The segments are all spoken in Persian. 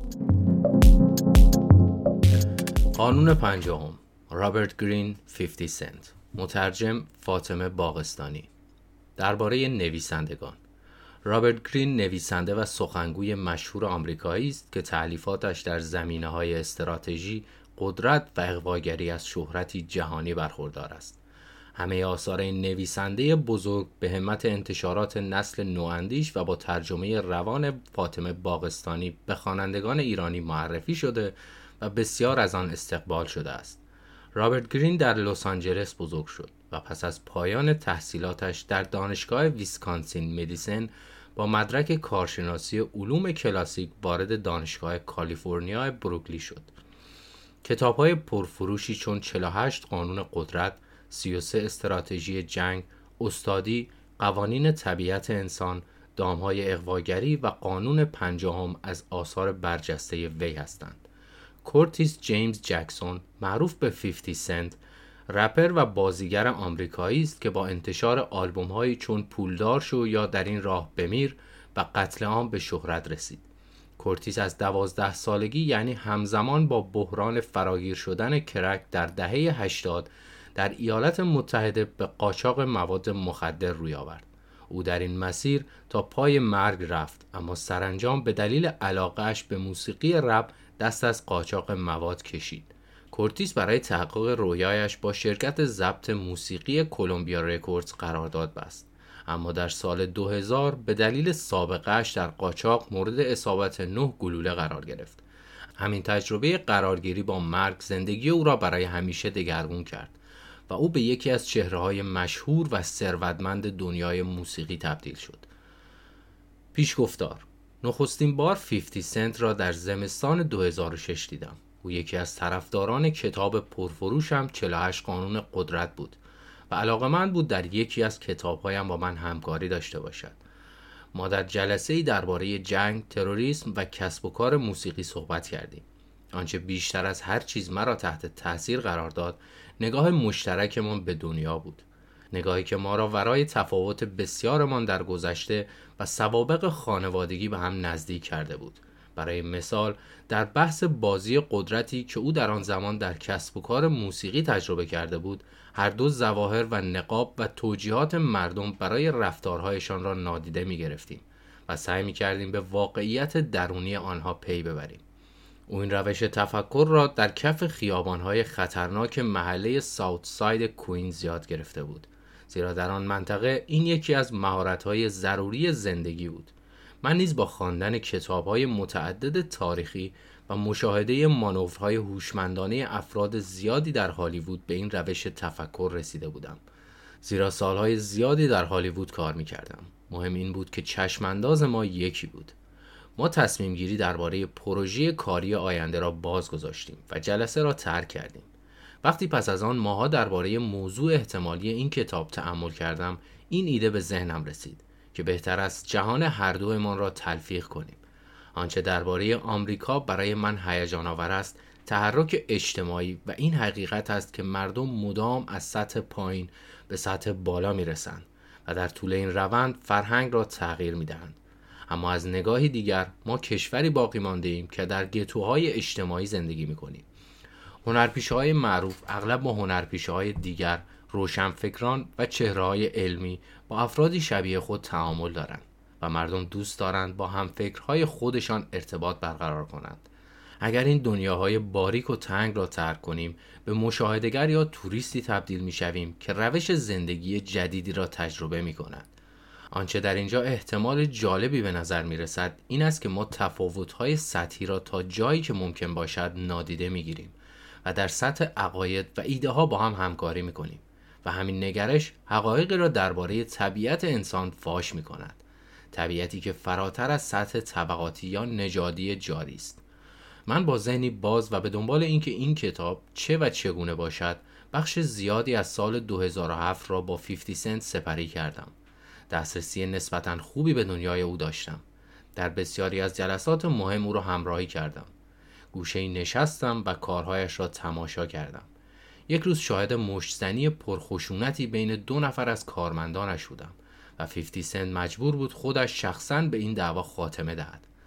قانون پنجم، رابرت گرین 50 سنت. مترجم فاطمه باغستانی. درباره نویسندگان. رابرت گرین نویسنده و سخنگوی مشهور آمریکایی است که تألیفاتش در زمینه‌های استراتژی، قدرت و اغواگری از شهرتی جهانی برخوردار است. همه آثار این نویسنده بزرگ به همت انتشارات نسل نواندیش و با ترجمه روان فاطمه باغستانی به خوانندگان ایرانی معرفی شده و بسیار از آن استقبال شده است. رابرت گرین در لس آنجلس بزرگ شد و پس از پایان تحصیلاتش در دانشگاه ویسکانسین مدیسن با مدرک کارشناسی علوم کلاسیک وارد دانشگاه کالیفرنیا بروکلی شد. کتاب‌های پرفروشی چون 48 قانون قدرت، 33 استراتژی جنگ، استادی، قوانین طبیعت انسان، دام‌های اغواگری و قانون پنجم از آثار برجسته وی هستند. کورتیس جیمز جکسون، معروف به 50 سنت، رپر و بازیگر آمریکایی است که با انتشار آلبوم‌هایی چون پولدار شو یا در این راه بمیر و قتل عام به شهرت رسید. کورتیس از 12 سالگی، یعنی همزمان با بحران فراگیر شدن کرک در دهه 80 در ایالات متحده، به قاچاق مواد مخدر روی آورد. او در این مسیر تا پای مرگ رفت، اما سرانجام به دلیل علاقه‌اش به موسیقی رپ دست از قاچاق مواد کشید. کورتیس برای تحقق رویایش با شرکت ضبط موسیقی کلمبیا رکوردز قرارداد بست، اما در سال 2000 به دلیل سابقه‌اش در قاچاق مورد اصابت 9 گلوله قرار گرفت. همین تجربه قرارگیری با مرگ زندگی او را برای همیشه دگرگون کرد و او به یکی از چهره‌های مشهور و ثروتمند دنیای موسیقی تبدیل شد. پیشگفتار: نخستین بار 50 سنت را در زمستان 2006 دیدم. او یکی از طرفداران کتاب پرفروشم 48 قانون قدرت بود و علاقه‌مند بود در یکی از کتاب‌هایم با من همکاری داشته باشد. ما در جلسه‌ای درباره جنگ، تروریسم و کسب و کار موسیقی صحبت کردیم. آنچه بیشتر از هر چیز مرا تحت تاثیر قرار داد، نگاه مشترکمان به دنیا بود. نگاهی که ما را ورای تفاوت بسیارمان در گذشته و سوابق خانوادگی به هم نزدیک کرده بود. برای مثال، در بحث بازی قدرتی که او در آن زمان در کسب و کار موسیقی تجربه کرده بود، هر دو ظواهر و نقاب و توجیهات مردم برای رفتارهایشان را نادیده می گرفتیم و سعی می کردیم به واقعیت درونی آنها پی ببریم. او این روش تفکر را در کف خیابان‌های خطرناک محله ساوت ساید کوینز یاد گرفته بود، زیرا در آن منطقه این یکی از مهارت‌های ضروری زندگی بود. من نیز با خواندن کتاب‌های متعدد تاریخی و مشاهده مانورهای هوشمندانه افراد زیادی در هالیوود به این روش تفکر رسیده بودم، زیرا سالهای زیادی در هالیوود کار می‌کردم. مهم این بود که چشم‌انداز ما یکی بود. ما تصمیم گیری درباره پروژه کاری آینده را باز گذاشتیم و جلسه را ترک کردیم. وقتی پس از آن ماها درباره موضوع احتمالی این کتاب تأمل کردم، این ایده به ذهنم رسید که بهتر است جهان هر دومان را تلفیق کنیم. آنچه درباره آمریکا برای من هیجان آور است، تحرک اجتماعی و این حقیقت است که مردم مدام از سطح پایین به سطح بالا میرسند و در طول این روند فرهنگ را تغییر میدهند. اما از نگاهی دیگر ما کشوری باقی مانده ایم که در گتوهای اجتماعی زندگی می‌کنیم. هنرپیشه‌های معروف اغلب با هنرپیشه‌های دیگر، روشنفکران و چهره‌های علمی با افرادی شبیه خود تعامل دارند و مردم دوست دارند با همفکرهای خودشان ارتباط برقرار کنند. اگر این دنیاهای باریک و تنگ را ترک کنیم، به مشاهده‌گر یا توریستی تبدیل می‌شویم که روش زندگی جدیدی را تجربه می‌کند. آنچه در اینجا احتمال جالبی به نظر می رسد این است که ما تفاوت‌های سطحی را تا جایی که ممکن باشد نادیده می گیریم و در سطح عقاید و ایده ها با هم همکاری می کنیم و همین نگرش حقایقی را درباره طبیعت انسان فاش می کند. طبیعتی که فراتر از سطح طبقاتی یا نژادی جاری است. من با ذهنی باز و به دنبال اینکه این کتاب چه و چگونه باشد، بخش زیادی از سال 2007 را با 50 سنت سپری کردم. دسترسی نسبتاً خوبی به دنیای او داشتم. در بسیاری از جلسات مهم او را همراهی کردم. گوشه‌ای نشستم و کارهایش را تماشا کردم. یک روز شاهد مشت‌زنی پرخشونتی بین 2 نفر از کارمندانش بودم و 50 سنت مجبور بود خودش شخصاً به این دعوا خاتمه دهد.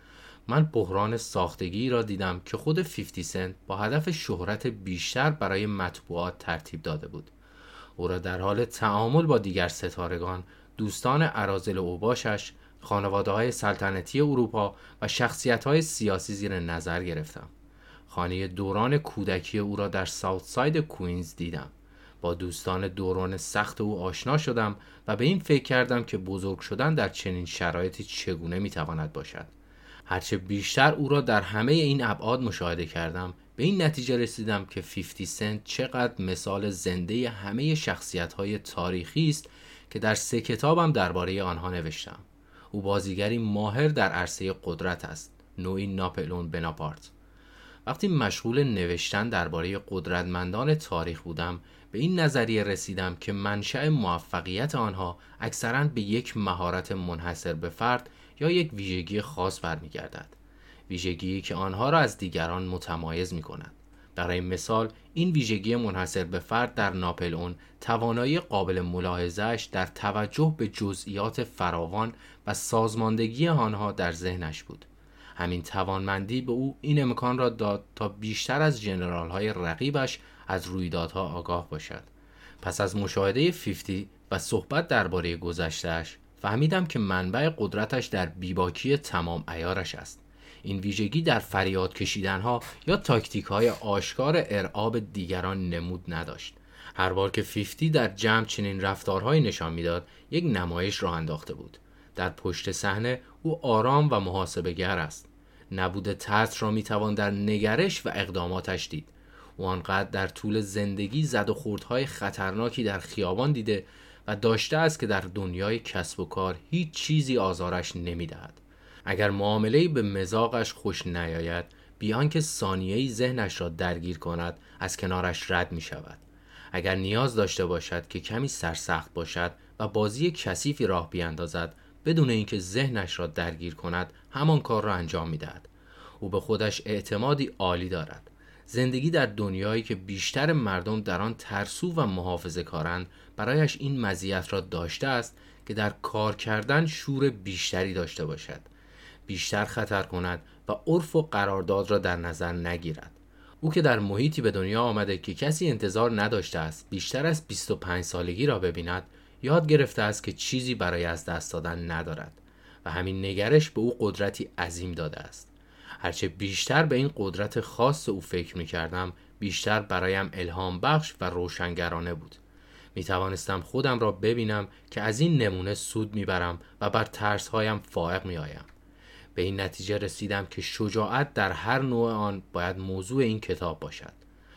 من بحران ساختگی را دیدم که خود 50 سنت با هدف شهرت بیشتر برای مطبوعات ترتیب داده بود. او را در حال تعامل با دیگر ستارگان، دوستان اراذل اوباشش، خانواده‌های سلطنتی اروپا و شخصیت‌های سیاسی زیر نظر گرفتم. خانه دوران کودکی او را در ساوت ساید کوینز دیدم. با دوستان دوران سخت او آشنا شدم و به این فکر کردم که بزرگ شدن در چنین شرایطی چگونه میتواند باشد. هرچه بیشتر او را در همه این ابعاد مشاهده کردم، به این نتیجه رسیدم که 50 سنت چقدر مثال زنده همه شخصیت‌های تاریخی است که در 3 کتابم درباره آنها نوشتم. او بازیگری ماهر در عرصه قدرت است، نوعی ناپلئون بناپارت. وقتی مشغول نوشتن درباره قدرتمندان تاریخ بودم، به این نظریه رسیدم که منشأ موفقیت آنها اکثراً به یک مهارت منحصر به فرد یا یک ویژگی خاص برمیگردد. ویژگی که آنها را از دیگران متمایز می‌کند. برای مثال، این ویژگی منحصر به فرد در ناپلئون توانایی قابل ملاحظه‌اش در توجه به جزئیات فراوان و سازماندگی آنها در ذهنش بود. همین توانمندی به او این امکان را داد تا بیشتر از ژنرال‌های رقیبش از رویدادها آگاه باشد. پس از مشاهده 50 و صحبت درباره گذشته‌اش، فهمیدم که منبع قدرتش در بیباکی تمام عیارش است. این ویژگی در فریاد کشیدنها یا تاکتیک‌های آشکار ارعاب دیگران نمود نداشت. هر بار که 50 در جمع چنین رفتارهایی نشان میداد، یک نمایش راه انداخته بود. در پشت صحنه او آرام و محاسبه‌گر است. نبود ترس را میتوان در نگرش و اقداماتش دید. او آنقدر در طول زندگی زد و خوردهای خطرناکی در خیابان دیده و داشته است که در دنیای کسب و کار هیچ چیزی آزارش نمیدهد. اگر معامله‌ای به مذاقش خوش نیاید، بیان که ثانیه‌ای ذهنش را درگیر کند، از کنارش رد می شود. اگر نیاز داشته باشد که کمی سرسخت باشد و بازی کثیفی راه بیاندازد، بدون اینکه ذهنش را درگیر کند، همان کار را انجام می‌دهد. او به خودش اعتمادی عالی دارد. زندگی در دنیایی که بیشتر مردم در آن ترسو و محافظه‌کارند، برایش این مزیت را داشته است که در کار کردن شور بیشتری داشته باشد، بیشتر خطر کند و عرف و قرارداد را در نظر نگیرد. او که در محیطی به دنیا آمده که کسی انتظار نداشته است بیشتر از 25 سالگی را ببیند، یاد گرفته است که چیزی برای از دست دادن ندارد و همین نگرش به او قدرتی عظیم داده است. هرچه بیشتر به این قدرت خاص او فکر می کردم، بیشتر برایم الهام بخش و روشنگرانه بود. می توانستم خودم را ببینم که از این نمونه سود می برم و بر ترسهایم فائق می آیم. به این نتیجه رسیدم که شجاعت در هر نوع آن باید موضوع این کتاب باشد.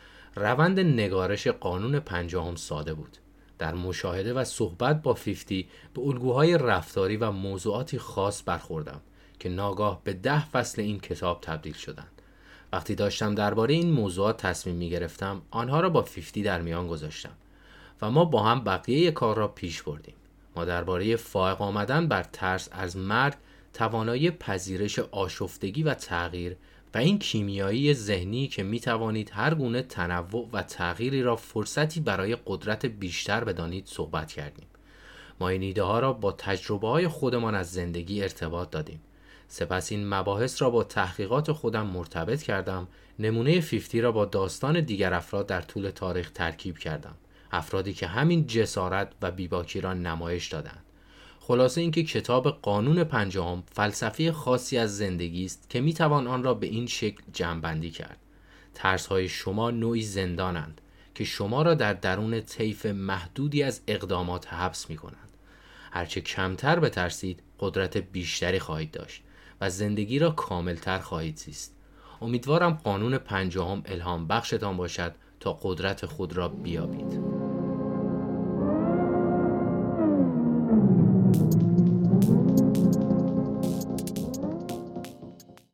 روند نگارش قانون 50 ساده بود. در مشاهده و صحبت با 50 به الگوهای رفتاری و موضوعاتی خاص برخوردم که ناگاه به 10 فصل این کتاب تبدیل شدند. وقتی داشتم درباره این موضوعات تصمیم می گرفتم، آنها را با 50 در میان گذاشتم و ما با هم بقیه کار را پیش بردیم. ما درباره فائق آمدن بر ترس از مرگ، توانایی پذیرش آشفتگی و تغییر و این کیمیایی ذهنی که می توانید هر گونه تنوع و تغییری را فرصتی برای قدرت بیشتر بدانید صحبت کردیم. ما این ایده ها را با تجربه های خودمان از زندگی ارتباط دادیم. سپس این مباحث را با تحقیقات خودم مرتبط کردم. نمونه 50 را با داستان دیگر افراد در طول تاریخ ترکیب کردم. افرادی که همین جسارت و بیباکی را نمایش دادند. خلاصه اینکه کتاب قانون 50 فلسفه خاصی از زندگی است که میتوان آن را به این شکل جمع‌بندی کرد. ترس‌های شما نوعی زندانند که شما را در درون طیف محدودی از اقدامات حبس می‌کنند. هرچه کمتر بترسید، قدرت بیشتری خواهید داشت و زندگی را کاملتر خواهید زیست. امیدوارم قانون 50 الهام بخشتان باشد تا قدرت خود را بیابید.